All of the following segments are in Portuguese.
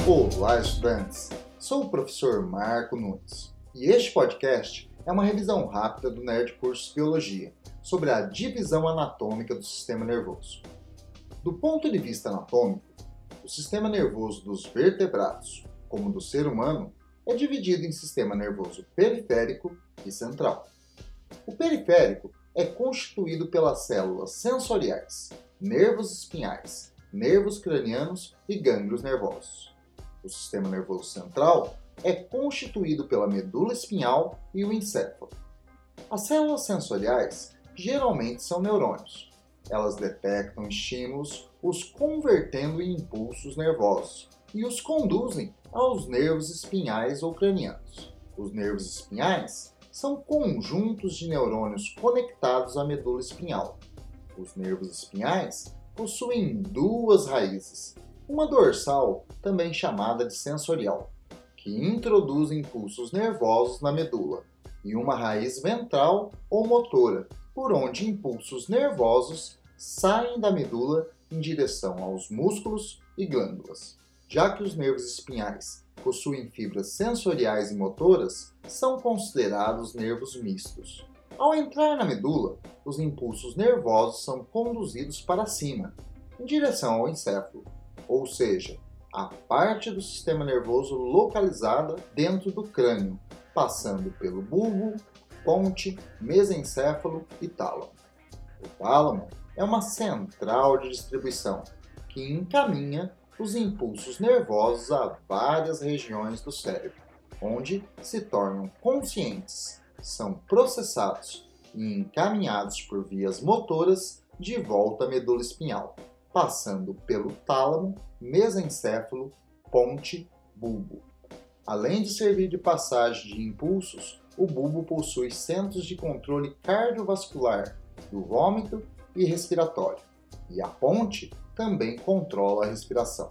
Olá, estudantes! Sou o professor Marco Nunes e este podcast é uma revisão rápida do Nerd Cursos Biologia sobre a divisão anatômica do sistema nervoso. Do ponto de vista anatômico, o sistema nervoso dos vertebrados, como do ser humano, é dividido em sistema nervoso periférico e central. O periférico é constituído pelas células sensoriais, nervos espinhais, nervos cranianos e gânglios nervosos. O sistema nervoso central é constituído pela medula espinhal e o encéfalo. As células sensoriais geralmente são neurônios. Elas detectam estímulos, os convertendo em impulsos nervosos e os conduzem aos nervos espinhais ou cranianos. Os nervos espinhais são conjuntos de neurônios conectados à medula espinhal. Os nervos espinhais possuem duas raízes, uma dorsal, também chamada de sensorial, que introduz impulsos nervosos na medula, e uma raiz ventral ou motora, por onde impulsos nervosos saem da medula em direção aos músculos e glândulas. Já que os nervos espinhais possuem fibras sensoriais e motoras, são considerados nervos mistos. Ao entrar na medula, os impulsos nervosos são conduzidos para cima, em direção ao encéfalo, ou seja, a parte do sistema nervoso localizada dentro do crânio, passando pelo bulbo, ponte, mesencéfalo e tálamo. O tálamo é uma central de distribuição que encaminha os impulsos nervosos a várias regiões do cérebro, onde se tornam conscientes, são processados e encaminhados por vias motoras de volta à medula espinhal, passando pelo tálamo, mesencéfalo, ponte, bulbo. Além de servir de passagem de impulsos, o bulbo possui centros de controle cardiovascular, do vômito e respiratório, e a ponte também controla a respiração.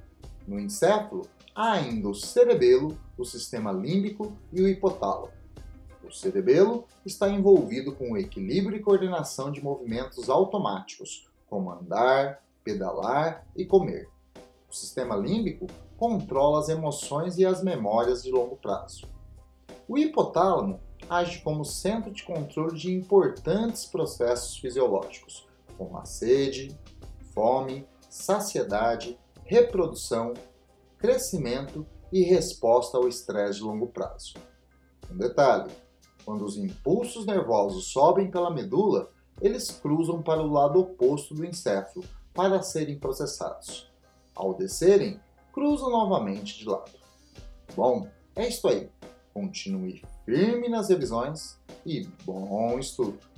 No encéfalo, há ainda o cerebelo, o sistema límbico e o hipotálamo. O cerebelo está envolvido com o equilíbrio e coordenação de movimentos automáticos, como andar, pedalar e comer. O sistema límbico controla as emoções e as memórias de longo prazo. O hipotálamo age como centro de controle de importantes processos fisiológicos, como a sede, fome, saciedade, reprodução, crescimento e resposta ao estresse de longo prazo. Um detalhe: quando os impulsos nervosos sobem pela medula, eles cruzam para o lado oposto do encéfalo para serem processados. Ao descerem, cruzam novamente de lado. Bom, é isso aí. Continue firme nas revisões e bom estudo!